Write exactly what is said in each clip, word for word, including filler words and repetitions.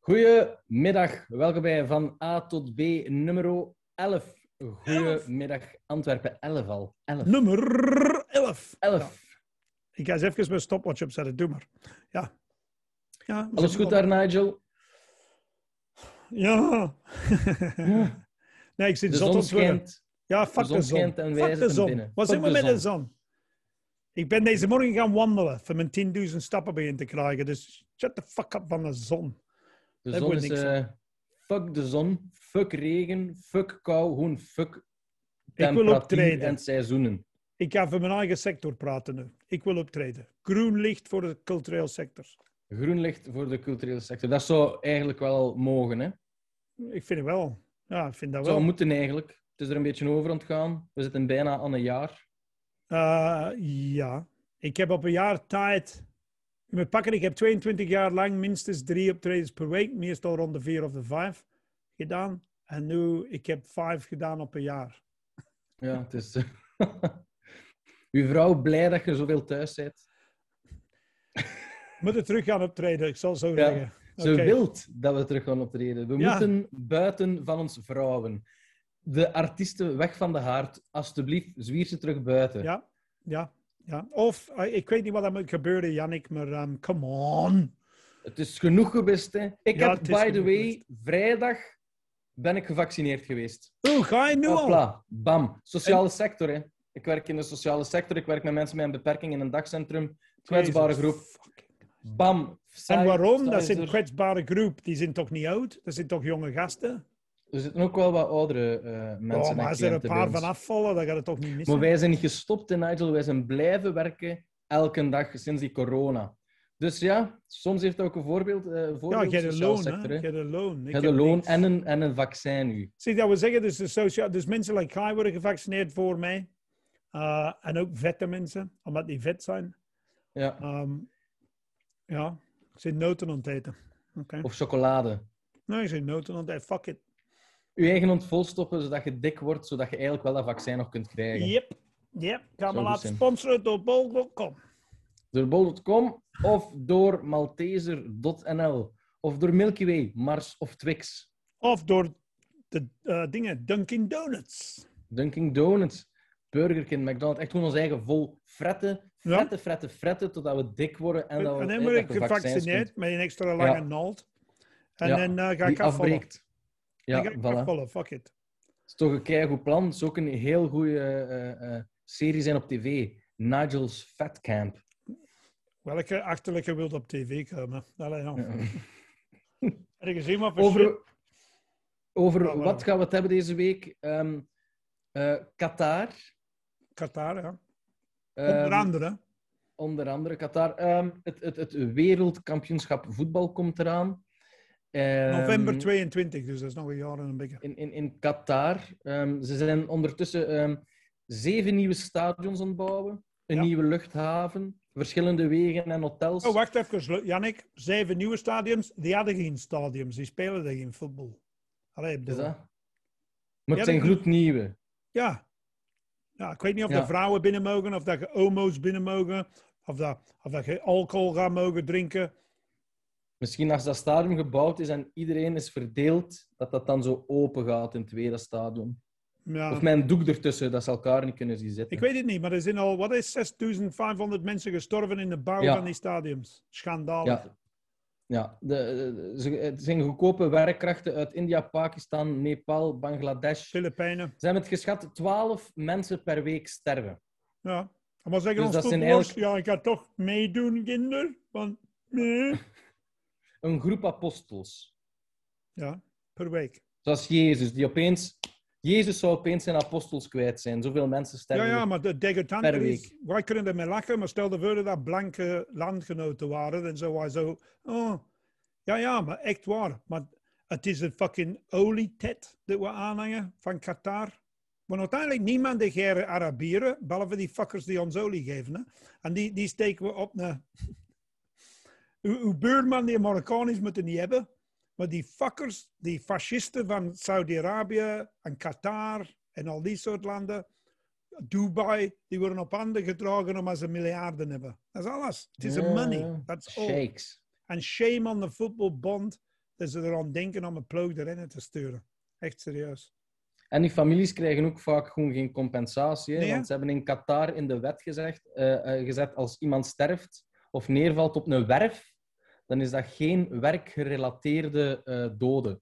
Goedemiddag, welkom bij Van A tot B nummer elf. Goedemiddag Antwerpen, elf al. elf. Nummer elf. elf. Ja. Ik ga eens even mijn stopwatch opzetten, doe maar. Ja. Ja, alles goed daar, Nigel? Ja. ja. Nee, ik zit de zot zon op schijnt. Ja, fuck de zon. De zon schijnt en wij fuck de zon. binnen. Wat fuck zijn we de met zon. de zon? Ik ben deze morgen gaan wandelen voor mijn tienduizend stappen begin te krijgen. Dus shut the fuck up van de zon. De Daar zon wordt is... niks Uh, aan. fuck de zon, fuck regen, fuck kou, gewoon fuck Ik wil temperatuur optreden. en seizoenen. Ik ga voor mijn eigen sector praten nu. Ik wil optreden. Groen licht voor de culturele sector. Groen licht voor de culturele sector. Dat zou eigenlijk wel mogen, hè? Ik vind het wel. Ja, ik vind dat Het wel. zou moeten eigenlijk. Het is er een beetje over aan het gaan. We zitten bijna aan een jaar. Uh, ja. Ik heb op een jaar tijd... Je moet pakken, ik heb tweeëntwintig jaar lang minstens drie optredens per week. Meestal rond de vier of de vijf gedaan. En nu, ik heb vijf gedaan op een jaar. Ja, het is... Uw vrouw blij dat je zoveel thuis bent. We moeten terug gaan optreden, ik zal zo Ja, zeggen. ze Okay. wilt dat we terug gaan optreden. We Ja. moeten buiten van ons vrouwen. De artiesten weg van de haard. Alsjeblieft, zwier ze terug buiten. Ja, ja, ja. Of, uh, ik weet niet wat er moet gebeuren, Jannik, maar um, come on. Het is genoeg geweest, hè. Ik Ja, heb, het is by the genoeg way, geweest. vrijdag ben ik gevaccineerd geweest. Oeh, ga je nu al? Hopla, bam. Sociale En... sector, hè. Ik werk in de sociale sector. Ik werk met mensen met een beperking in een dagcentrum. Kwetsbare groep. Bam. En waarom? Dat is Pfizer. een kwetsbare groep. Die zijn toch niet oud? Dat zijn toch jonge gasten? Er zitten ook wel wat oudere uh, mensen. Oh, maar als er een paar van afvallen, dan gaat het toch niet missen? Maar wij zijn niet gestopt, hè, Nigel. Wij zijn blijven werken elke dag sinds die corona. Dus ja, soms heeft dat ook een voorbeeld. Uh, voorbeeld ja, je hebt een loon, sector, hè? Je hebt een loon. Je hebt een loon en een, en een vaccin nu. Zie, dat we zeggen, dus, de socia- dus mensen like Kai worden gevaccineerd voor mij. Uh, en ook vette mensen, omdat die vet zijn. Ja. Um, ja, ik zit noten aan het eten. Okay. Of chocolade. Nee, ik zit noten aan het eten. Fuck it. Je eigen hond volstoppen, zodat je dik wordt, zodat je eigenlijk wel dat vaccin nog kunt krijgen. Yep, yep. Ik ga me Zou laten zijn. sponsoren door bol punt com. Door bol punt com of door malteser punt n l. Of door Milky Way, Mars of Twix. Of door de uh, dingen, Dunkin' Donuts. Dunkin' Donuts, Burger King, McDonald's. Echt gewoon ons eigen vol fretten, fretten, Ja. fretten, fretten, totdat we dik worden. En, dat we, en dan eh, word dat ik je vaccins gevaccineerd kunt. met een extra lange Ja. naald. En Ja, dan uh, ga die ik afvallen. afbreekt. Ja, dan ga ik voilà. afvallen, fuck it. Dat is toch een keigoed plan. Het is ook een heel goede uh, uh, serie zijn op tv. Nigel's Fat Camp. Welke achterlijke wil op tv komen? Allee, ja. Ja. Heb je gezien wat voor Over, shit? over Ja, wat gaan we het hebben deze week? Um, uh, Qatar. Qatar, ja. Um, Onder andere. Onder andere Qatar. Um, het, het, het wereldkampioenschap voetbal komt eraan. Um, November tweeëntwintig, dus dat is nog een jaar en een beetje. In, in, in Qatar. Um, ze zijn ondertussen um, zeven nieuwe stadions aan het bouwen. Een Ja. nieuwe luchthaven. Verschillende wegen en hotels. Oh, wacht even, Jannik. Zeven nieuwe stadiums. Die hadden geen stadiums. Die spelen er geen voetbal. Allee, Is bedoel. dat? Maar het Ja, zijn dat- gloednieuwe. Ja. Ja, ik weet niet of Ja. de vrouwen binnen mogen, of dat je homo's binnen mogen, of dat, of dat je alcohol gaat mogen drinken. Misschien als dat stadion gebouwd is en iedereen is verdeeld, dat dat dan zo open gaat in het tweede stadion. Ja. Of met een doek ertussen, dat ze elkaar niet kunnen zien zitten. Ik weet het niet, maar er zijn al, wat is, zesduizend vijfhonderd mensen gestorven in de bouw Ja. van die stadiums. Schandalig. Ja, ja. De, de, ze, het zijn goedkope werkkrachten uit India, Pakistan, Nepal, Bangladesh. Filipijnen. Ze hebben het geschat, twaalf mensen per week sterven. Ja. Maar zeggen Dus ons dat zijn voetballers, eigenlijk- ja, ik ga toch meedoen, kinder. Want, nee. Een groep apostels. Ja, per week. Zoals Jezus, die opeens... Jezus zou opeens zijn apostels kwijt zijn. Zoveel mensen Ja, sterven. ja, maar de degoutant per is... week. Wij kunnen ermee lachen, maar stel je voor dat blanke landgenoten waren. Dan zou wij zo... Oh, ja, ja, maar echt waar. Maar het is een fucking olietet dat we aanhangen van Qatar. Maar uiteindelijk niemand de gere Arabieren, behalve die fuckers die ons olie geven. Hè? En die, die steken we op naar... uw, uw buurman, die Marokkaan is, moet het niet hebben. Maar die fuckers, die fascisten van Saudi-Arabië en Qatar en al die soort landen, Dubai, die worden op handen gedragen omdat ze miljarden hebben. Dat is alles. Het is Ja, money. That's all. Shakes. And shame on the football bond dat ze eraan denken om een ploeg erin te sturen. Echt serieus. En die families krijgen ook vaak gewoon geen compensatie. Hè? Nee, Want ze hebben in Qatar in de wet gezegd, uh, uh, gezet als iemand sterft of neervalt op een werf, dan is dat geen werkgerelateerde uh, doden.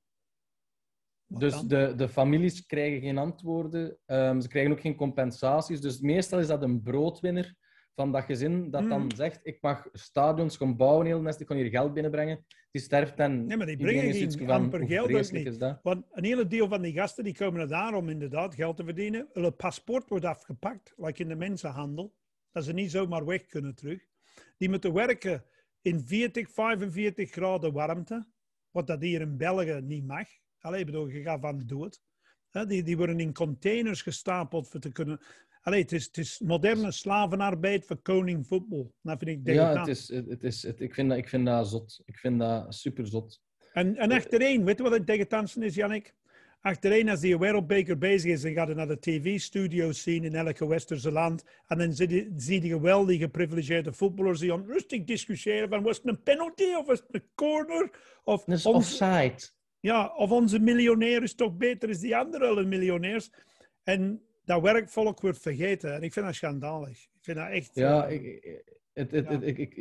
Dus de, de families krijgen geen antwoorden. Um, ze krijgen ook geen compensaties. Dus meestal is dat een broodwinner van dat gezin dat dan mm. zegt, ik mag stadions gaan bouwen heel nest, ik kan hier geld binnenbrengen. Die sterft en nee, maar die brengen geen van, amper geld ook niet. Is dat? Want een hele deel van die gasten die komen er daar om inderdaad geld te verdienen. Hun paspoort wordt afgepakt, like in de mensenhandel. Dat ze niet zomaar weg kunnen terug. Die moeten werken in veertig, vijfenveertig graden warmte. Wat dat hier in België niet mag. Allee, bedoel, je gaat van dood. Die, die worden in containers gestapeld voor te kunnen... Allee, het is, het is moderne slavenarbeid voor koningvoetbal. Dat vind ik ja, het is, het is, het, ik, vind dat, ik vind dat zot. Ik vind dat super zot. En, en achtereen, weet je wat het tegentansen is, Jannik? Achtereen, als die wereldbeker bezig is, dan gaat je naar de tv-studio's zien in elke westerse land. En dan zie je, zie je geweldige geprivilegeerde voetballers die onrustig discussiëren van was het een penalty of was het een corner? Of dat is ons, offside. Ja, of onze miljonair is toch beter dan die andere miljonairs. En dat werkvolk wordt vergeten. En ik vind dat schandalig. Ik vind dat echt... Ja, uh, ik, het, het, ja. Het, ik, ik,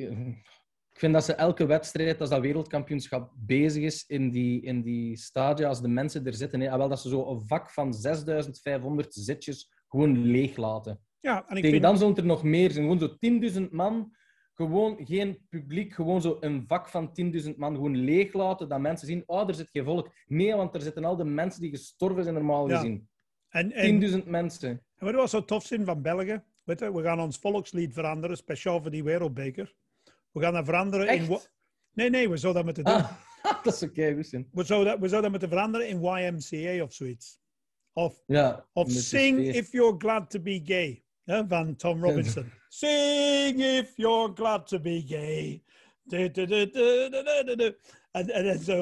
ik vind dat ze elke wedstrijd, als dat wereldkampioenschap bezig is in die, in die stadia, als de mensen er zitten, hè, wel dat ze zo een vak van zesduizend vijfhonderd zitjes gewoon leeg laten. Ja, en ik Tegen vind... dan zullen er nog meer zijn. Gewoon zo tienduizend man, gewoon geen publiek, gewoon zo een vak van tienduizend man gewoon leeg laten, dat mensen zien, oh, er zit geen volk. Nee, want er zitten al de mensen die gestorven zijn normaal ja. gezien. En, en, tienduizend mensen. En weet je wat zo tof zijn van België? Weet je, we gaan ons volkslied veranderen, speciaal voor die wereldbeker. We gaan dat veranderen Echt? in... Nee, nee, we zouden dat moeten doen. Ah, dat is oké, okay, goed. We zouden, we zouden dat moeten veranderen in Y M C A of zoiets. Of, ja, of Sing If You're Glad to Be Gay. Ja, van Tom Robinson. Sing if you're glad to be gay. Du, du, du, du, du, du, du. En, en zo...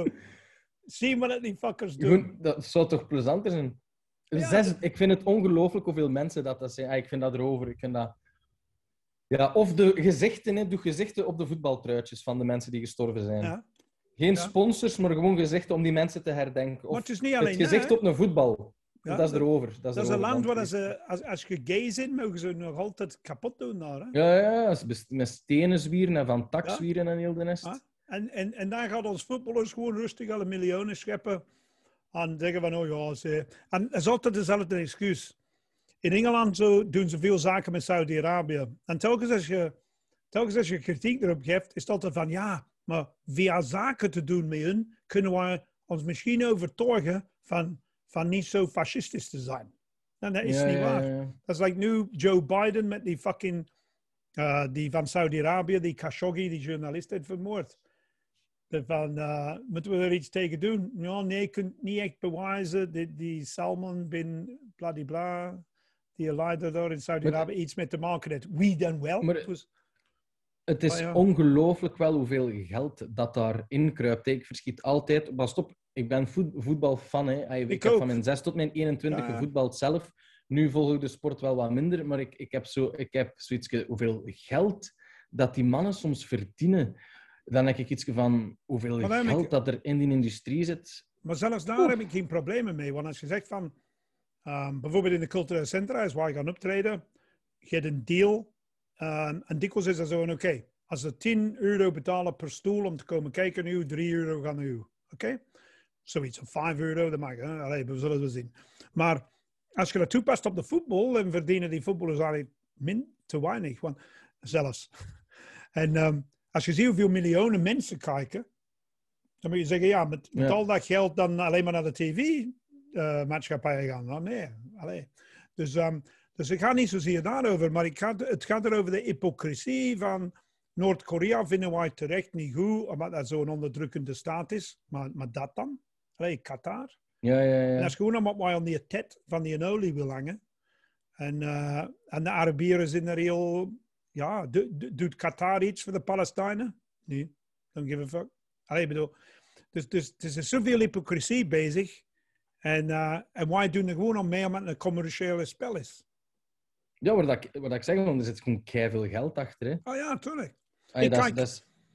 Zie wat die fuckers doen. Goed, dat zou toch plezanter zijn? Ja, Zes, dat... Ik vind het ongelooflijk hoeveel mensen dat, dat zijn. Ah, ik vind dat erover. Ik vind dat... Ja, of de gezichten, hè. Doe gezichten op de voetbaltruitjes van de mensen die gestorven zijn. Ja. Geen ja. sponsors, maar gewoon gezichten om die mensen te herdenken. Of maar het is niet alleen het gezicht dat, op een voetbal. Ja, dat is erover. Dat is, dat is erover, een land waar is... ze, als, als je gay bent, mogen ze nog altijd kapot doen daar. Hè? Ja, ja, met stenen zwieren en van tak zwieren ja. en heel de nest. Ja. En, en, en dan gaat ons voetballers gewoon rustig alle miljoenen scheppen en zeggen van, oh ja, ze... En dat is altijd dezelfde excuus. In Engeland zo doen ze veel zaken met Saudi-Arabië. En telkens als, je, telkens als je kritiek erop geeft, is het altijd van, ja, maar via zaken te doen met hun, kunnen we ons misschien overtuigen van, van niet zo fascistisch te zijn. En dat is ja, niet waar. Ja, ja. Dat is like nu Joe Biden met die fucking, uh, die van Saudi-Arabië, die Khashoggi, die journalist heeft vermoord. Van, uh, moeten we er iets tegen doen? Ja, nee, je kunt niet echt bewijzen. Die, die Salman bin bladibla, die leider daar in Saudi-Arabië, iets met te maken heeft. Wie dan wel? Maar, het, was... het is oh, ja. ongelooflijk wel hoeveel geld dat daar inkruipt. Ik verschiet altijd... Maar stop, ik ben voet, voetbalfan. Hè. Ik, ik heb ook. van mijn zes tot mijn eenentwintig ja, ja. gevoetbald zelf. Nu volg ik de sport wel wat minder, maar ik, ik heb, zo, ik heb zoiets... Hoeveel geld dat die mannen soms verdienen... Dan heb ik iets van hoeveel geld ik... dat er in die industrie zit. Maar zelfs daar Oef. heb ik geen problemen mee. Want als je zegt van... Um, bijvoorbeeld in de culturele centra, is waar je gaat optreden. Je hebt een deal. Um, en dikwijls is dat zo van... Oké, okay, als ze tien euro betalen per stoel om te komen kijken nu, drie euro gaan naar u. Oké? Okay? Zoiets. Of vijf euro, dat mag. Hè? Allee, we zullen het zien. Maar als je dat toepast op de voetbal, dan verdienen die voetballers eigenlijk min te weinig. Want zelfs. En... Um, Als je ziet hoeveel miljoenen mensen kijken, dan moet je zeggen, ja, met, met ja. al dat geld dan alleen maar naar de tv-maatschappij uh, gaan. Nou, nee, allee. Dus, um, dus ik ga niet zozeer daarover, maar ik ga, het gaat er over de hypocrisie van Noord-Korea vinden wij terecht niet goed, omdat dat zo'n onderdrukkende staat is. Maar, maar dat dan? Allee, Qatar. Ja, ja, ja. En dat is gewoon omdat wij aan die tet van die olie wil hangen. En, uh, en de Arabieren zijn er heel... Ja, do, do, doet Qatar iets voor de Palestijnen? Nee, don't give a fuck. Allee, bedoel, dus, dus, dus er is zoveel hypocrisie bezig. En, uh, en wij doen er gewoon om mee omdat het een commerciële spel is. Ja, wat ik, wat ik zeg, er zit gewoon keiveel geld achter. Hè? Oh ja, tuurlijk. Allee, ik dat, kijk, dat is...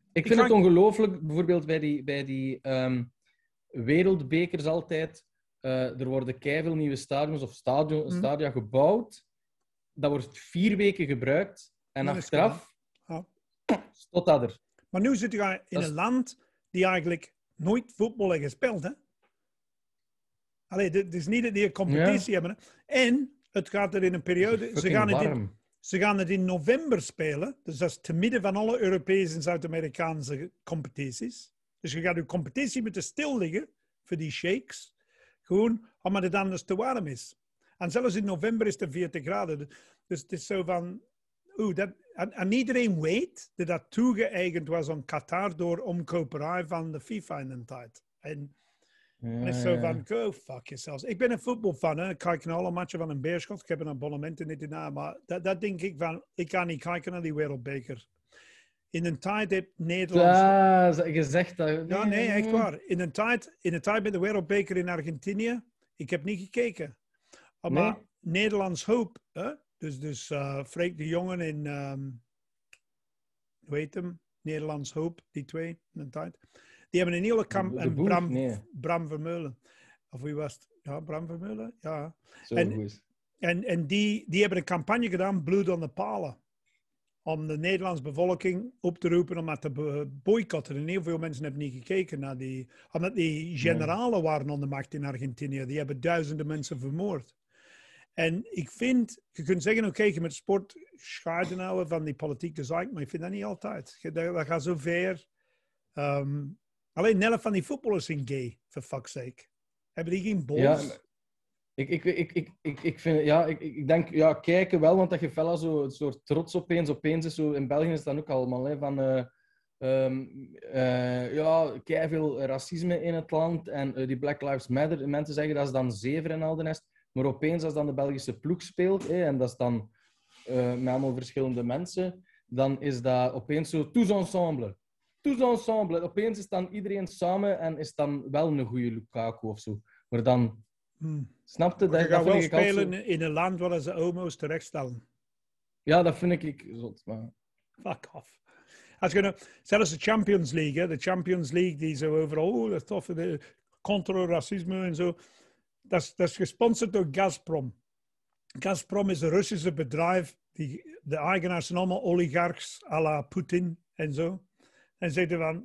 Ik vind het ongelooflijk, bijvoorbeeld bij die, bij die um, wereldbekers altijd. Uh, er worden keiveel nieuwe stadions of stadion, mm. stadia gebouwd. Dat wordt vier weken gebruikt. En dat achteraf ja. Tot dat er. Maar nu zit je in dat een is... land die eigenlijk nooit voetbal heeft gespeeld. Hè? Allee, het is niet dat die een competitie ja. hebben. Hè? En het gaat er in een periode... Ze gaan, het in, ze gaan het in november spelen. Dus dat is te midden van alle Europese en Zuid-Amerikaanse competities. Dus je gaat je competitie moeten stil liggen voor die sheiks. Gewoon omdat het anders te warm is. En zelfs in november is het veertig graden. Dus het is zo van... Oeh, dat, en, en iedereen weet dat dat toegeëigend was aan Qatar door omkoperij van de FIFA in de tijd. En het is zo van, go fuck yourselves. Ik ben een voetbalfan, hè. Ik kijk naar alle matchen van een Beerschot. Ik heb een abonnement in het na, maar dat, dat denk ik van, ik kan niet kijken naar die wereldbeker. In een tijd heb Nederland... Ja, gezegd dat... Nee, ja, nee, echt waar. In een tijd, in een tijd met de wereldbeker in Argentinië, ik heb niet gekeken. Maar nee. Nederlands hoop, hè? Dus, dus uh, Freek de Jongen en, um, hoe heet hem? Nederlands Hoop, die twee in een tijd. Die hebben een hele kamp... En boer, Bram, nee. Bram Vermeulen. Of wie was het? Ja, Bram Vermeulen? Ja. Zo en goed. en, en die, die hebben een campagne gedaan, Bloed aan de palen. Om de Nederlandse bevolking op te roepen om dat te boycotten. En heel veel mensen hebben niet gekeken naar die... Omdat die generalen nee. waren aan de macht in Argentinië. Die hebben duizenden mensen vermoord. En ik vind, je kunt zeggen, oké, okay, je moet sport scheiden houden van die politieke zaak, maar ik vind dat niet altijd. Dat, dat gaat zo ver. Um, alleen Nelle van die voetballers zijn gay, for fuck's sake. Hebben die geen balls? Ja, ik, ik, ik, ik, ik, ik, vind, ja, ik, ik denk, ja, kijken wel, want dat je fella zo een soort trots opeens, opeens is zo, in België is dat ook allemaal, hè, van... Uh, Um, uh, ja, keiveel racisme in het land en uh, die Black Lives Matter. Mensen zeggen dat is dan zeven en al de rest. Maar opeens, als dan de Belgische ploeg speelt, hè, en dat is dan uh, met allemaal verschillende mensen, dan is dat opeens zo, tous ensemble. Tous ensemble. Opeens is dan iedereen samen en is dan wel een goede Lukaku of zo. Maar dan, hmm. snapte dat? Je gaat dat wel spelen zo... in een land waar ze homo's terechtstellen. Ja, dat vind ik zot. Maar... Fuck off. Als je nou, zelfs de Champions League, hè, de Champions League die zo overal, oh, dat is tof, de contra racisme en zo. Dat is, dat is gesponsord door Gazprom. Gazprom is een Russische bedrijf. Die, de eigenaars zijn allemaal oligarchs, à la Poetin en zo. En zeggen van...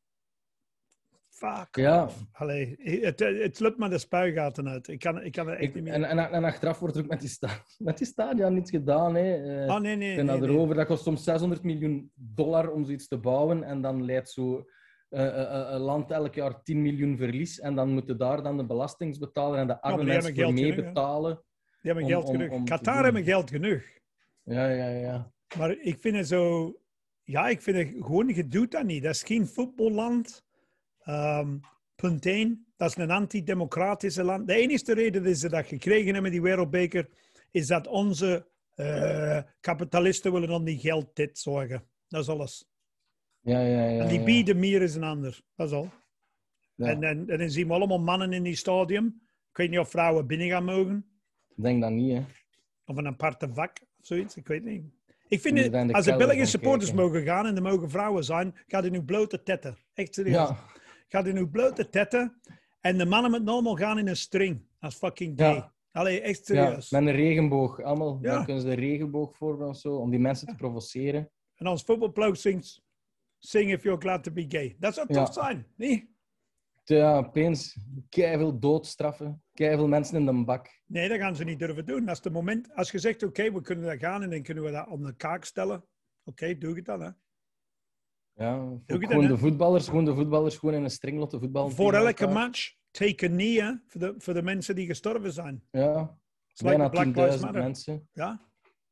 Fuck. Ja. Allee, het, het lukt me de spuigaten uit. Ik kan, ik kan er echt ik, niet meer... En, en, en achteraf wordt er ook met die, sta, met die stadia niets gedaan. Hè. Uh, oh, nee, nee. Ik ben nee, erover. nee. Dat kost soms zeshonderd miljoen dollar om zoiets te bouwen. En dan leidt zo... Uh, uh, uh, land elk jaar tien miljoen verlies en dan moeten daar dan de belastingbetaler en de arme ja, mensen voor mee genoeg, betalen. Die hebben om, geld om, genoeg. om Qatar hebben geld genoeg. Ja, ja, ja. Maar ik vind het zo... Ja, ik vind het gewoon... Je doet dat niet. Dat is geen voetballand. Um, punt één. Dat is een antidemocratische land. De enige reden dat ze dat gekregen hebben, die wereldbeker, is dat onze uh, kapitalisten willen dan die geld dit zorgen. Dat is alles. Ja, ja, ja. En die ja. bieden meer is een ander. Dat is al. Ja. En, en, en dan zien we allemaal mannen in die stadium. Ik weet niet of vrouwen binnen gaan mogen. Ik denk dat niet, hè. Of een aparte vak of zoiets. Ik weet niet. Ik vind het, de als er Belgische supporters kijken. mogen gaan en er mogen vrouwen zijn, gaat er nu blote tetten. Echt serieus. Ja. Gaat er nu blote tetten en de mannen met normaal gaan in een string. Als fucking gay. Ja. Allee, echt serieus. Ja, met een regenboog. Allemaal. Ja. Dan kunnen ze de regenboog vormen of zo, om die mensen ja. te provoceren. En als voetbalploeg zingt, sing if you're glad to be gay. Dat zou tof ja. zijn, niet? Ja, opeens keiveel doodstraffen, keiveel mensen in de bak. Nee, dat gaan ze niet durven doen. Als, de moment, als je zegt, oké, okay, we kunnen daar gaan en dan kunnen we dat op de kaak stellen. Oké, okay, doe het dan, hè. Ja, gewoon dan, de voetballers, gewoon de voetballers gewoon in een stringlotte voetbal. Voor elke match, take a knee, hè, voor de, voor de mensen die gestorven zijn. Ja, bijna tienduizend mensen. Ja.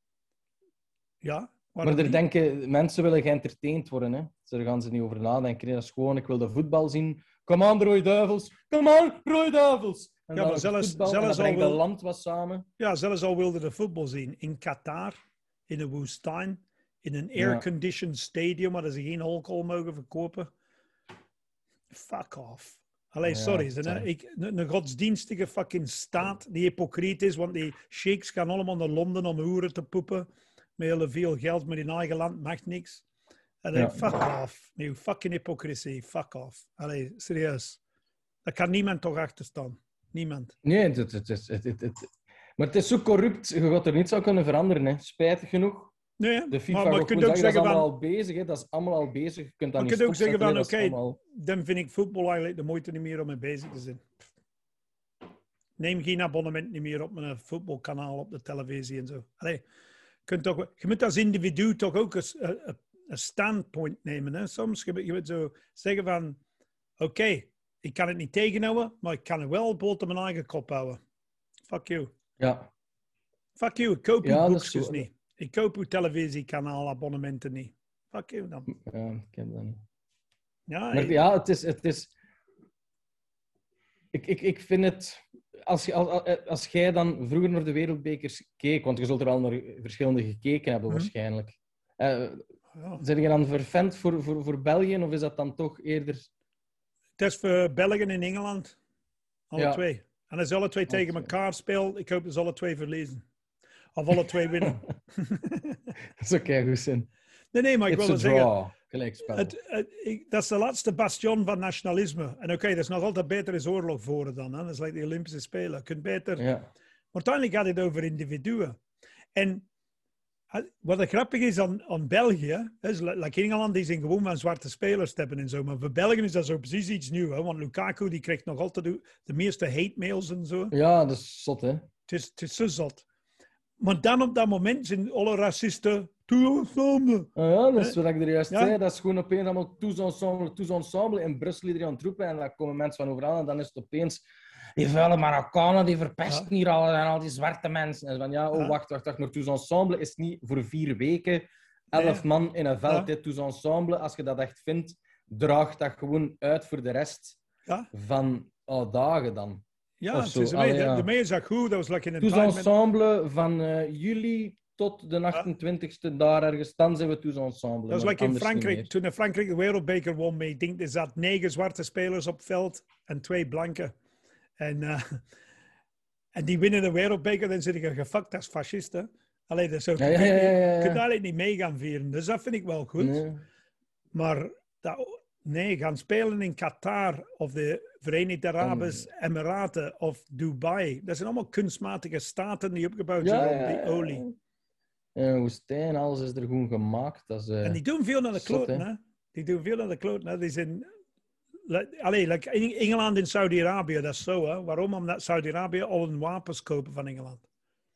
Ja. Maar er denken, mensen willen geëntertained worden, hè. Dus daar gaan ze niet over nadenken. Dat is gewoon, ik wil de voetbal zien. Come on, Rode Duivels. Come on, Rode Duivels. En ja, maar zelfs, voetbal, zelfs en al wil... het land wat samen. Ja, zelfs al wilde de voetbal zien. In Qatar, in een woestijn, in een air-conditioned ja. stadium, waar ze geen alcohol mogen verkopen. Fuck off. Allee, sorry. Ja, hè? Ik, een, een godsdienstige fucking staat die hypocriet is, want die sheiks gaan allemaal naar Londen om hoeren te poepen. Met heel veel geld, maar in eigen land mag niks. Allee, Ja. fuck off. Nieuw fucking hypocrisie. Fuck off. Allee, serieus. Daar kan niemand toch achter staan. Niemand. Nee, het, het, het, het, het, het- maar het is zo corrupt. Je gaat er niets aan kunnen veranderen. Hè. Spijtig genoeg. Nee, De FIFA maar, maar je gaat kunt gewoon ook zeggen, dat is zeggen allemaal van... al bezig. Hè. Dat is allemaal al bezig. Je kunt dat Maar niet je kunt ook zeggen stopzetten. van, hè. oké, Dat is allemaal... dan vind ik voetbal eigenlijk de moeite niet meer om mee bezig te zijn. Neem geen abonnement niet meer op mijn voetbalkanaal op de televisie en zo. Allee, je, kunt toch, je moet als individu toch ook een, een, een standpoint nemen. Hè? Soms je, je moet zo zeggen van, oké, okay, ik kan het niet tegenhouden, maar ik kan het wel boven mijn eigen kop houden. Fuck you. Ja. Fuck you, ik koop Ja, uw dat is boekjes zo. niet. Ik koop uw televisiekanaal abonnementen niet. Fuck you dan. Ja, ik heb dat niet. Ja, Maar hey, ja, het is... Het is... Ik, ik, ik vind het... Als, je, als, als jij dan vroeger naar de wereldbekers keek, want je zult er al naar verschillende gekeken hebben Mhm. waarschijnlijk. Uh, ja. zijn je dan vervent voor, voor, voor België of is dat dan toch eerder... Het is voor België en Engeland. Alle Ja. twee. En als alle twee Alle tegen twee. elkaar spelen, ik hoop dat ze alle twee verliezen. Of alle twee winnen. Dat is ook goed zin. nee, nee, maar ik It's wil a zeggen... draw. Gelijkspel. Het, het, ik, dat is de laatste bastion van nationalisme. En oké, okay, dat is nog altijd beter is oorlog voeren dan. Hè? Dat is like de Olympische Spelen. Je kunt beter... Ja. Maar uiteindelijk gaat het over individuen. En wat er grappig is aan, aan België, is, like Engeland, die zijn gewoon van zwarte spelers te hebben en zo. Maar voor België is dat zo precies iets nieuws. Hè? Want Lukaku, die krijgt nog altijd de, de meeste hate mails en zo. Ja, dat is zot, hè. Het is, het is zo zot. Maar dan op dat moment zijn alle racisten... Tout ensemble. Oh ja, dat is wat ik er juist Ja. zei. Dat is gewoon opeens allemaal tous ensemble, tous ensemble. In Brussel iedereen aan het roepen en dan komen mensen van overal en dan is het opeens... Die vuile Marokkanen, die verpesten Ja. hier al, en al die zwarte mensen. En van ja, oh Ja. wacht, wacht, wacht. Maar tous ensemble is niet voor vier weken elf Nee. man in een veld. Ja. hè. Tous ensemble, als je dat echt vindt, draagt dat gewoon uit voor de rest Ja, van oh, dagen dan. ja Of het zo. is, Allee, de, ja. de mij is dat goed. Dat was like in een Tous tijd met- ensemble van eh, juli tot de achtentwintigste daar ergens. Dan zijn we tous ensemble. Dat was maar like in anders niet Frankrijk. meer. Toen de Frankrijk de wereldbeker won, mee, ik denk er zat negen zwarte spelers op het veld en twee blanke. En, uh, en die winnen de wereldbeker, dan zit ik gefuckt als fascisten. Allee, dat is ook... Ja, ja, ja, ja, ja. Je kunt eigenlijk niet mee gaan vieren. Dus dat vind ik wel goed. Nee. Maar dat, nee, gaan spelen in Qatar of de Verenigde Arabische Emiraten of Dubai. Dat zijn allemaal kunstmatige staten die opgebouwd Ja, zijn ja, op die olie. ja. En woestijn, alles is er gewoon gemaakt. Dat is, eh, En die doen veel naar de zot, kloten, hè. hè? Die doen veel naar de kloten, hè? Die zijn... Allee, like in Engeland en Saudi-Arabië, dat is zo, hè? Waarom? Omdat Saudi-Arabië al hun wapens kopen van Engeland.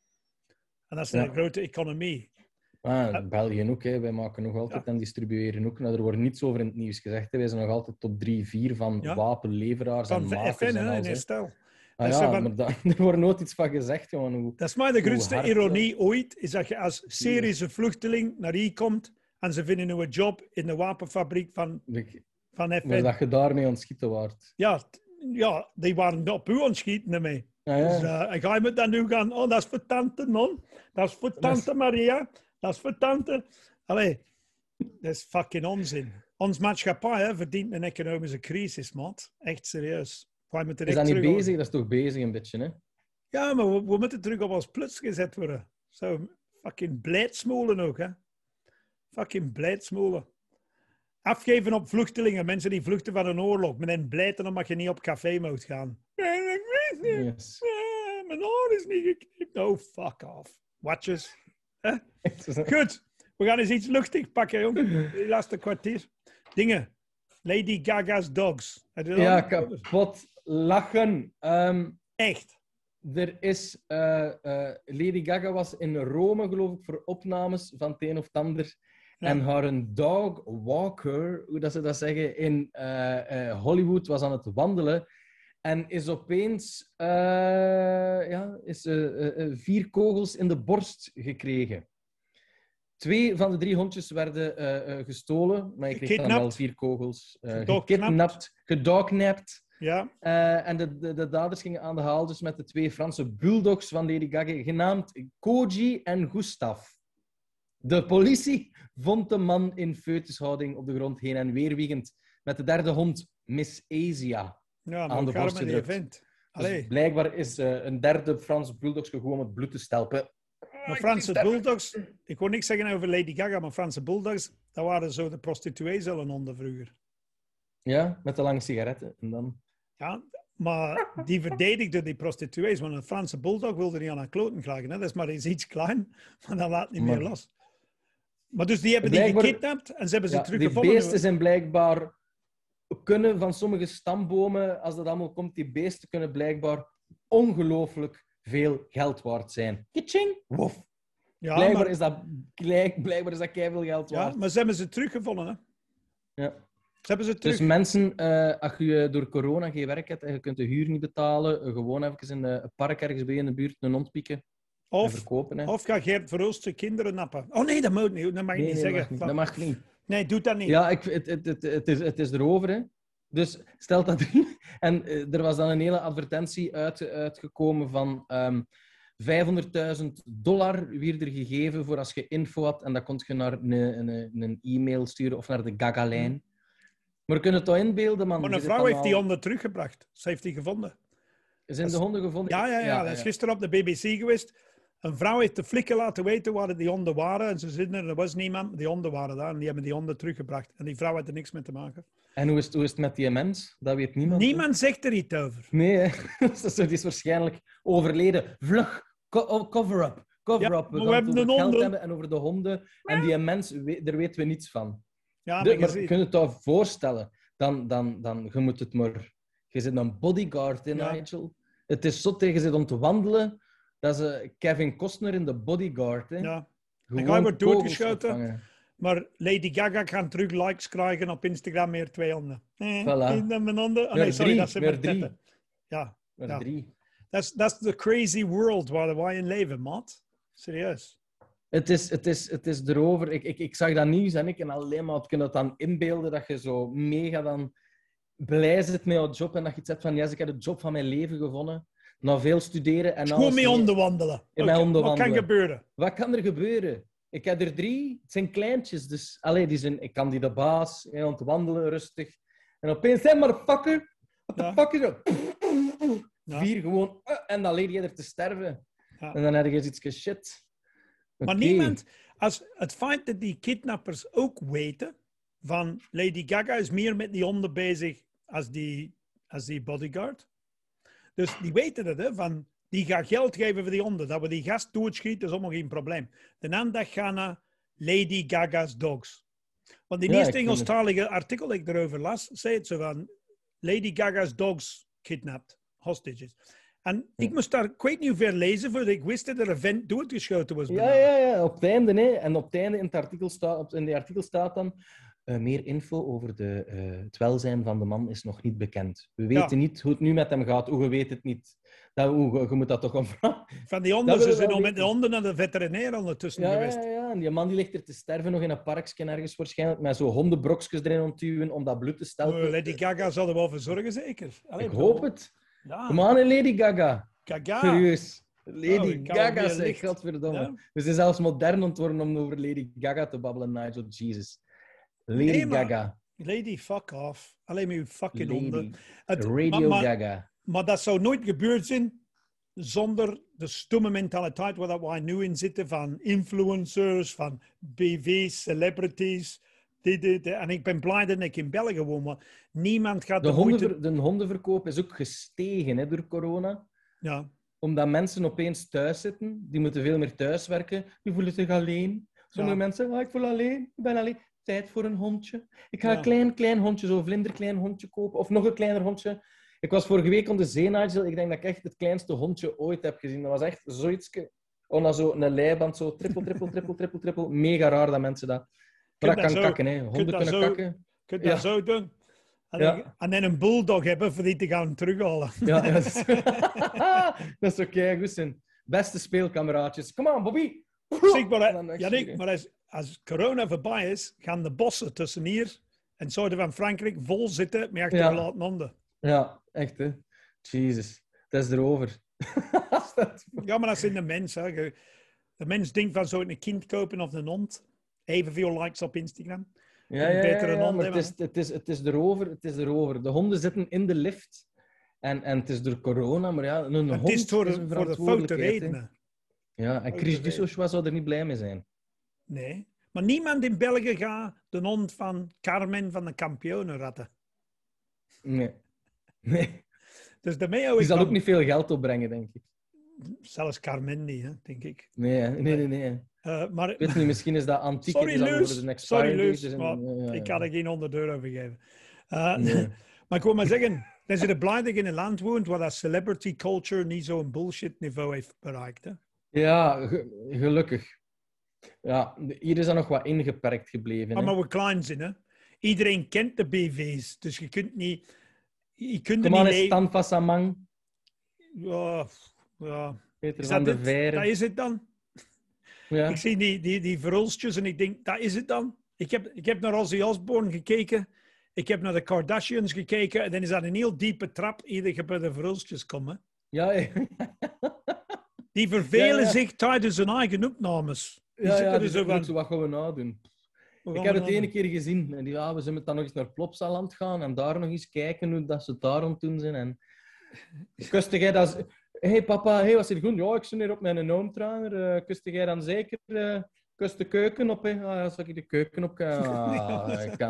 En dat is Ja. een grote economie. Ah, België ook, hè. Wij maken nog altijd Ja. en distribueren ook. Nou, er wordt niets over in het nieuws gezegd. Hè. Wij zijn nog altijd top drie, vier van Ja. wapenleveraars Van en F makers N, en hè, in alles, hè. herstel. Ah, Dat is ja, van- maar da- er wordt nooit iets van gezegd, jongen. Hoe... Dat is maar de Hoe grootste hard, ironie ooit, is dat je als Syrische vluchteling naar hier komt en ze vinden een job in de wapenfabriek van, Ik- van F Maar N. dat je daarmee ontschieten wordt. Ja, t- ja, die waren op u ontschieten ermee. Ah, ja. Dus uh, en ga je met dat nu gaan, oh, dat is voor tante, man. Dat is voor Dat is- tante Maria. Dat is voor tante... Allee, dat is fucking onzin. Ons maatschappij hè, verdient een economische crisis, man. Echt serieus. Ga je met de Is dat recht niet terug- bezig? Dat is toch bezig een beetje, hè? Ja, maar we, we moeten terug op ons plots gezet worden. Zo, fucking blijdsmolen ook, hè. Fucking blijdsmolen. Afgeven op vluchtelingen, mensen die vluchten van een oorlog. Men hen blijten omdat je niet op café moet gaan. Ja, ik weet niet. Yes. Ja, mijn haar is niet geknipt. Oh, fuck off. Watches. Hè? Goed, we gaan eens iets luchtig pakken, jong. Die laatste kwartier. Dingen. Lady Gaga's Dogs. Heb je dat Ja, al gehoord? kapot lachen. Ehm, Echt. er is... eh, eh, Lady Gaga was in Rome, geloof ik, voor opnames van het een of het ander. Ja. En haar een dog walker, hoe dat ze dat zeggen, in eh, eh, Hollywood was aan het wandelen. En is opeens eh, ja, is, eh, eh, eh, vier kogels in de borst gekregen. Twee van de drie hondjes werden eh, eh, gestolen, maar je kreeg dan Gekidnapt. wel vier kogels. Uh, Gedogknapt. gekidnapt, gedognapt. Ja. Uh, en de, de, de daders gingen aan de haal dus met de twee Franse bulldogs van Lady Gaga, genaamd Koji en Gustav. De politie vond de man in foetushouding op de grond heen en weer wiegend met de derde hond, Miss Asia. Ja, Aan de maar borst een gedrukt. event. Dus Allee. blijkbaar is uh, een derde Frans bulldog gewoon met bloed te stelpen. Maar Franse Bulldogs, ik wil niks zeggen over Lady Gaga, maar Franse Bulldogs, dat waren zo de prostituees al een onder vroeger. Ja, met de lange sigaretten. En dan... Ja, maar die verdedigde die prostituees, want een Franse Bulldog wilde niet aan haar kloten krijgen. Hè? Dat is maar eens iets klein, maar dan laat niet maar... meer los. Maar dus die hebben blijkbaar... die gekidnapt en ze hebben ze ja, teruggevonden. Die beesten zijn blijkbaar... kunnen van sommige stambomen, als dat allemaal komt, die beesten kunnen blijkbaar ongelooflijk veel geld waard zijn. Kitching? Wof. Ja, blijkbaar, maar... is dat, blijkbaar is dat keiveel geld waard. Ja, maar ze hebben ze teruggevonden, hè? Ja. Ze hebben ze terug. Dus mensen, uh, als je door corona geen werk hebt en je kunt de huur niet betalen, uh, gewoon even in een park ergens bij je in de buurt een hond pikken of, en verkopen. Hè. Of ga Geert Verhulst kinderen nappen. Oh nee, dat mag niet. Dat mag nee, je niet nee, zeggen. Dat mag niet. Dat mag niet. Nee, doe dat niet. Ja, ik, het, het, het, het, is, het is erover, hè. Dus stel dat in. En uh, er was dan een hele advertentie uit, uitgekomen van um, vijfhonderdduizend dollar weer er gegeven voor als je info had. En dat kon je naar een, een, een e-mail sturen of naar de Gaga-lijn. Hmm. Maar we kunnen het toch inbeelden, man. Maar een vrouw heeft al... die honden teruggebracht. Ze heeft die gevonden. Zijn de honden gevonden? Ja, ja, ja. ja dat is ja. gisteren op de B B C geweest. Een vrouw heeft de flikken laten weten waar die honden waren. En ze zitten er, er was niemand. Die honden waren daar en die hebben die honden teruggebracht. En die vrouw had er niks mee te maken. En hoe is het, hoe is het met die mens? Dat weet niemand. Niemand hè? zegt er iets over. Nee, hè? Die is waarschijnlijk overleden. Vlug, Co- cover-up. Cover-up. Ja, we, we hebben het over een het geld honden. hebben en over de honden. En die mens, daar weten we niets van. Ja, de, maar, maar je kunt het toch voorstellen. Dan, dan, dan, je moet het maar... Je zit een bodyguard in, ja. Nigel. Het is zo tegen ze om te wandelen. Dat is Kevin Costner in The Bodyguard. Hè. Ja. En hij wordt doodgeschoten. Opvangen. Maar Lady Gaga gaat terug likes krijgen op Instagram, meer twee honden. Eh, voilà. mijn honden. Oh, nee, sorry, drie, dat zijn maar drie. tetten. Ja. Maar ja. drie. Dat is the crazy world waar wij in leven, maat. Serieus. Het is, het is, het is erover. Ik, ik, ik zag dat nieuws en ik en alleen maar kunnen het dan inbeelden dat je zo mega dan blij zit met je job en dat je iets hebt van yes, ik heb de job van mijn leven gevonden. Na veel studeren en gewoon met honden wandelen. In okay. mijn honden Wat wandelen. kan gebeuren? Wat kan er gebeuren? Ik heb er drie. Het zijn kleintjes, dus allee, die zijn, ik kan die de baas en aan het wandelen rustig. En opeens, hey motherfucker, what the ja. fuck is dat? Ja. Vier gewoon, uh, en dan leer je er te sterven. Ja. En dan heb je iets shit. Maar okay. niemand, als het feit dat die kidnappers ook weten van Lady Gaga is meer met die honden bezig als die, als die bodyguard. Dus die weten het, hè, van die gaat geld geven voor die honden. Dat we die gast doodschieten is allemaal geen probleem. De andere dag gaan naar Lady Gaga's dogs. Want die ja, eerste Engelstalige artikel dat ik erover las, zei het zo van Lady Gaga's dogs kidnapped, hostages. En ja. ik moest daar, ik weet niet hoeveel lezen voordat ik wist dat er een vent doodgeschoten was. Ja, ja, ja, op het einde. Hè. En op het einde in het artikel staat, in de artikel staat dan uh, meer info over de, uh, het welzijn van de man is nog niet bekend. We weten ja. niet hoe het nu met hem gaat. Hoe je weet het niet. Dat, hoe, je moet dat toch gewoon vragen. Van die honden, ze zijn nog met de honden naar de veterinair ondertussen ja, geweest. Ja, ja, en die man die ligt er te sterven nog in een parkje ergens waarschijnlijk, met zo hondenbrokjes erin ontduwen om dat bloed te stelpen. Oh, Lady Gaga zal er wel voor zorgen, zeker. Allee, ik bro. hoop het. Ja. Kom aan, Lady Gaga. Gaga. Serieus. Lady oh, Gaga, zeg, godverdomme. Ja? We zijn zelfs modern ontworpen om over Lady Gaga te babbelen, Nigel. Jesus. Lady nee, Gaga. Lady, fuck off. Alleen met uw fucking Lady. honden. Het, Radio maar, Gaga. Maar dat zou nooit gebeurd zijn zonder de stomme mentaliteit waar wij nu in zitten van influencers, van B V's, celebrities. Die, die, die. En ik ben blij dat ik in België woon, maar niemand gaat... De, de, hondenver, moeite... de hondenverkoop is ook gestegen hè, door corona. Ja. Omdat mensen opeens thuis zitten. Die moeten veel meer thuiswerken. Die voelen zich alleen. Sommige ja. mensen, oh, ik voel alleen. Ik ben alleen. Tijd voor een hondje. Ik ga ja. een klein, klein hondje, zo'n vlinderklein hondje kopen. Of nog een kleiner hondje. Ik was vorige week op de zee, Nigel. Ik denk dat ik echt het kleinste hondje ooit heb gezien. Dat was echt zoiets... Onder zo'n leiband, zo trippel, trippel, trippel, trippel, trippel. Mega raar dat mensen dat... Maar dat kan zo, kakken, hè. Honden kunnen zo, kakken. Kun je ja. dat zo doen? En, ja. dan, en dan een bulldog hebben voor die te gaan terughalen. Ja, ja dat is, dat is oké, okay, goed zijn. Beste speelkameraadjes. Kom aan, Bobby! Zeg maar, ja, nee, maar als, als corona voorbij is, gaan de bossen tussen hier en het zuiden van Frankrijk vol zitten met achtergelaten ja. honden. Ja, echt, hè. Jezus. Dat is erover. Ja, maar dat zijn de mensen. De mens denkt van zo'n kind kopen of een hond. Evenveel likes op Instagram. Ja, ja, ja, ja maar het is, het, is, het is erover. Het is erover. De honden zitten in de lift. En, en het is door corona, maar ja, een het hond is, voor, is een voor de foute redenen. Ja, en Chris Dussochois zou er niet blij mee zijn. Nee. Maar niemand in België gaat de hond van Carmen van de kampioenen ratten. Nee. Nee. Dus daarmee hou Die ik zal van... ook niet veel geld opbrengen, denk ik. Zelfs Carmen niet, hè, denk ik. Nee, hè. nee, nee. nee. Uh, maar, Ik weet niet, misschien is dat antiek. Sorry, Luus. Sorry, Sorry, Luus. Dus Maar ja, ja, ja. ik kan er geen honderd euro voor geven. Uh, Nee. maar ik wil maar zeggen, dan zit het blij dat je in een land woont waar dat celebrity culture niet zo'n bullshit niveau heeft bereikt. Hè? Ja, ge- gelukkig. Ja, hier is dat nog wat ingeperkt gebleven. Maar, Hè. maar we klein zijn, hè. Iedereen kent de B V's, dus je kunt niet... Je kunt er Kom aan, niet is leven... Stan Vassamang, Ja, ja. Peter Is van dat de het? Veire. Dat is het dan? Ja. Ik zie die, die, die verhulstjes en ik denk, dat is het dan? Ik heb, ik heb naar Ozzy Osbourne gekeken. Ik heb naar de Kardashians gekeken. En dan is dat een heel diepe trap iedere keer bij de verhulstjes komen. Ja, ja. Die vervelen Ja, ja. zich tijdens hun eigen opnames. Die Ja, zitten ja, er dus zo ik van... moet zo wat gaan we nou doen. wat Ik gaan heb we het nou ene doen? keer gezien. En die, ja, we zullen dan nog eens naar Plopsaland gaan en daar nog eens kijken hoe dat ze daar aan doen zijn. En kuste jij dat... Hé hey, papa, hey, wat is er goed? Ja, ik zit hier op mijn noomtrainer. Uh, kuste jij dan zeker... Uh, kust de keuken op, hè? Ah, ja, zal ik de keuken op? Ah, ik kan...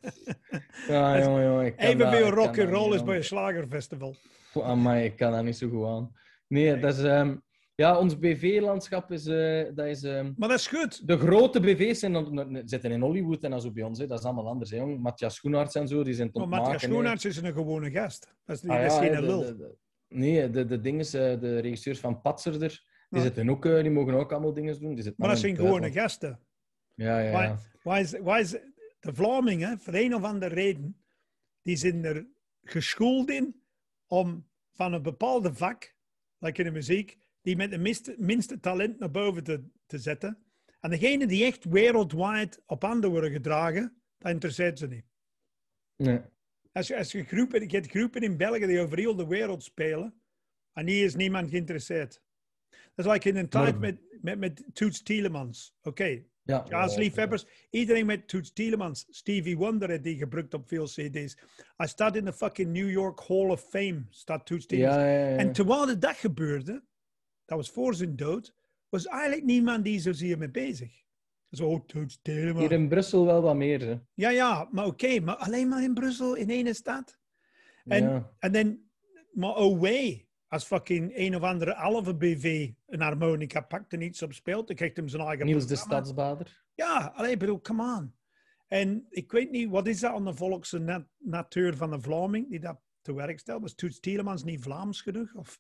Ja, jongen, jongen. Ik kan Evenveel dat- rock ik kan and dat roll niet is bij aan. een slagerfestival. Amai, ik kan dat niet zo goed aan. Nee, Nee. dat is... Um, ja, ons B V-landschap is... Uh, dat is um, Maar dat is goed. de grote B V's zijn, dan- zitten in Hollywood en zo bij ons. Hè. Dat is allemaal anders. Hè, jong. Matthias Schoenaerts en zo, die zijn het Maar ontmaken. Matthias Schoenaerts is een gewone gast. Dat is, die, Ah, dat is ja, geen hè, de, lul. de, de, nee, de, de dingen, uh, de regisseurs van Patserder, die, Ja. zitten ook, uh, die mogen ook allemaal dingen doen. Die zitten Maar dat allemaal zijn in het gewone buitenland. gasten. Ja, ja, Waar, ja. waar is, waar is de Vlamingen, voor een of andere reden, die zijn er geschoold in om van een bepaalde vak, like in de muziek, die met de minste, minste talent naar boven te, te zetten. En degene die echt wereldwijd op handen worden gedragen, dat interesseert ze niet. Nee. Als je, als je groepen, je hebt groepen in België die over heel de wereld spelen, en hier is niemand geïnteresseerd. Dat is like in een tijd Maar- met, met, met Toots Tielemans. Oké, okay. Ja, Jazzliefhebbers, iedereen met Toots Tielemans. Stevie Wonder heeft die gebruikt op veel C D's. Hij staat in de fucking New York Hall of Fame, staat Toots Tielemans. Ja, ja, ja. En terwijl dat gebeurde, dat was voor zijn dood, was eigenlijk niemand die zozeer mee bezig. Zo, oh, Toots Tielemans. Hier in Brussel wel wat meer. Hè. Ja, ja, maar oké, okay, maar alleen maar in Brussel, in één stad. En, Ja. en dan, maar oh way, als fucking een of andere halve B V een harmonica pakt en iets op speelt, dan krijgt hem zijn eigen Niels de programma. Stadsbader. Ja, alleen ik bedoel, come on. En ik weet niet, wat is dat aan de volkse nat natuur van de Vlaming die dat te werk stelt? Was Toots Tielemans niet Vlaams genoeg? Of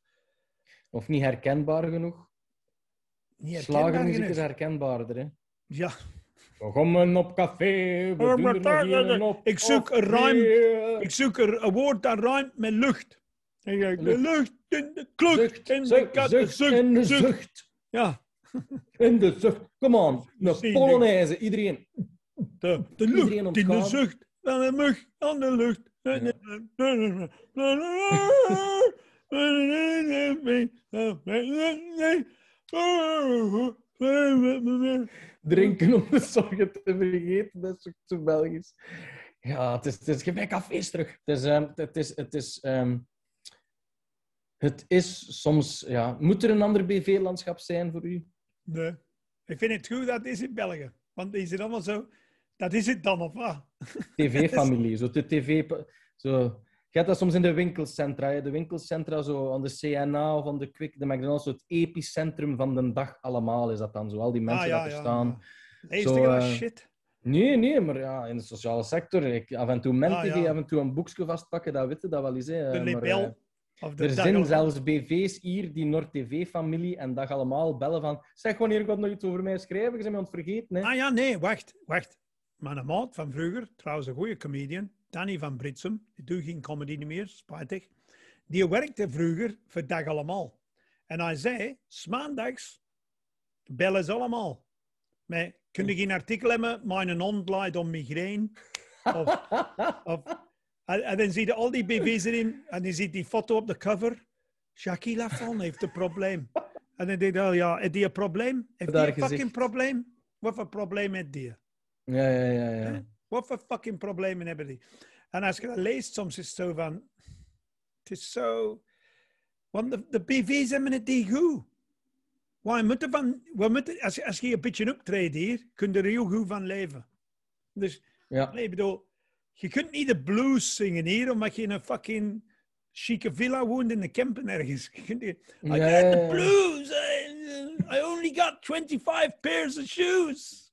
Of niet herkenbaar genoeg. niet herkenbaar Slagermuziek is genoeg? herkenbaarder. Hè. Ja, We gaan op café, we Oh, doen maar er daar- nog een op. ik zoek of een ruim- twee. ik zoek er een woord dat ruimt met lucht. En ik, de Lucht. lucht in de klucht Zucht, in de zucht, kat, zucht, zucht, in de zucht. zucht. Ja, In de zucht. Kom aan, een Zie, Polonaise, iedereen. de, de Iedereen lucht in de ontgaan. zucht van de mug aan de lucht. Drinken om de zorgen te vergeten, dat is ook zo Belgisch. Ja, het is, het is geef mij cafés terug. Het is, um, het is, het is, um, het is soms, ja, moet er een ander B V-landschap zijn voor u? Nee. Ik vind het goed dat het is in België. Want die zijn allemaal zo... Dat is het dan, of wat? T V-familie, zo de tv... Zo. Je hebt dat soms in de winkelcentra. Hè. De winkelcentra zo aan de C N A of aan de Quick, de McDonald's, zo het epicentrum van de dag allemaal is dat dan zo. Al die mensen Ah, dat er staan. Lees Zo, je dat eh, shit? Nee, nee, maar ja, in de sociale sector. Ik, af en toe MenTV, Ah, ja. af en toe een boekje vastpakken, dat weten dat wel eens. Hè. De Maar, libel. eh, Of de er zijn dagel- zelfs B V's hier, die Noord T V-familie, en dat allemaal bellen van zeg, wanneer ik wat nog iets over mij schrijven, je bent me aan het vergeten. Hè. Ah ja, nee, wacht, wacht. Mijn maat van vroeger, trouwens een goede comedian, Danny van Britsum, die doet geen comedy niet meer, spijtig. Die werkte vroeger voor Dag Allemaal. En hij zei, 's maandags bellen ze allemaal. Maar kun je geen artikel hebben, mijn hond lijdt om migraine? Of, of, en, en dan zie je al die B V's erin, en je ziet die foto op de cover. Jackie Lafon heeft een probleem. En dan denk je, oh ja, heeft die een probleem? Heeft die Daar een fucking gezicht. probleem? Wat voor probleem heeft die? Ja, ja, ja. ja. Hè? Wat voor fucking problemen hebben die? En als je dat leest, soms is het zo van... Het is zo... Want de, de B V's hebben het niet goed. we moeten van, we moeten, als, als je een beetje optreedt hier, kun je er heel goed van leven. Dus, Ja. nee, ik bedoel, je kunt niet de blues zingen hier, omdat je in een fucking chique villa woont in de Kempen ergens. Je kunt niet, I Ja, got ja, the ja. blues, I, I only got twenty-five pairs of shoes.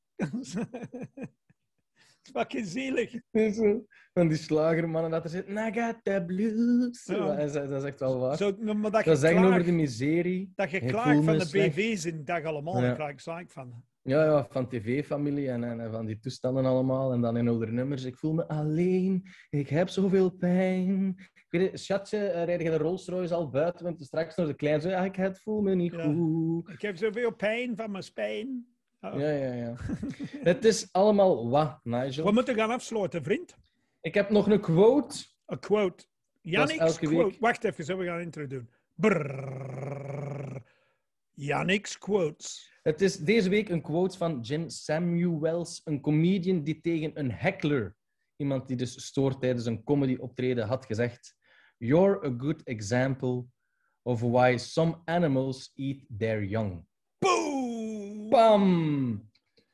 Het is fucking zielig. Zo, van die slagermannen dat er zitten. I got the blues. Ja. Ja, dat, is, dat is echt wel waar. Zo, maar dat, Dat je zeggen over klaagt, de miserie. dat je Ik klaagt voel van me de slecht. B V's in dag allemaal, Ja. daar krijg ik zaak van. Ja, ja, van tv-familie en, en, en van die toestanden allemaal. En dan in oude nummers. Ik voel me alleen. Ik heb zoveel pijn. Ik weet het, schatje, uh, rijd je de Rolls Royce al buiten? Want straks naar de klein zo. Ja, ik het voel me niet Ja. goed. Ik heb zoveel pijn van mijn spijn. Oh. Ja, ja, ja. Het is allemaal wat, Nigel. We moeten gaan afsluiten, vriend. Ik heb nog een quote. Een quote. Yannick's elke quote. week. Wacht even, zo we gaan intro doen. Brrrr. Yannick's quotes. Het is deze week een quote van Jim Samuels, een comedian die tegen een heckler, iemand die dus stoort tijdens een comedy-optreden, had gezegd: "You're a good example of why some animals eat their young." Boom! Bam!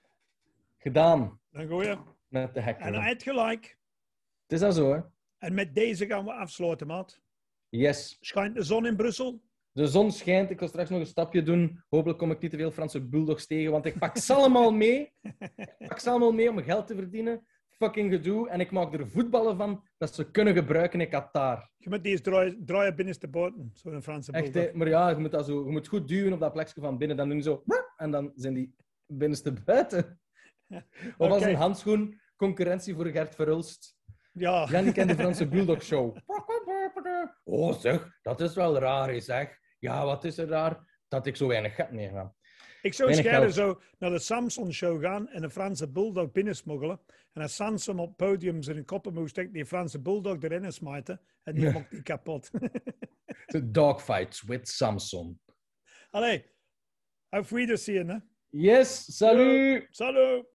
Gedaan Dan gooi je. met de En heckler. hij heeft gelijk. Het is dat zo, hè? En met deze gaan we afsluiten, maat. Yes. Schijnt de zon in Brussel? De zon schijnt. Ik wil straks nog een stapje doen. Hopelijk kom ik niet te veel Franse bulldogs tegen, want ik pak ze allemaal mee. Ik pak ze allemaal mee om geld te verdienen. Fucking gedoe. En ik maak er voetballen van dat ze kunnen gebruiken in Qatar. Je moet die eens draaien, draaien binnenste buiten. Zo'n Franse Echt, bulldog. hè. Maar ja, je moet, dat zo, je moet goed duwen op dat plekje van binnen. Dan doen ze zo... En dan zijn die binnenste buiten. Of als Oké. een handschoen. Concurrentie voor Gert Verhulst. Ja. Jannik en de Franse Bulldog Show. Oh zeg, dat is wel raar, hè, zeg. Ja, wat is er raar? Dat ik zo weinig geld mee ga. Ik zou Weinig schijnen geld. zo naar de Samson-show gaan en een Franse bulldog binnensmoggelen. En als Samson op het podium zijn koppen moest steken, die Franse bulldog erin smijten. En die maakt die kapot. The Dogfights with Samson. Allee, auf Wiedersehen, hè. Yes, salut! Salut!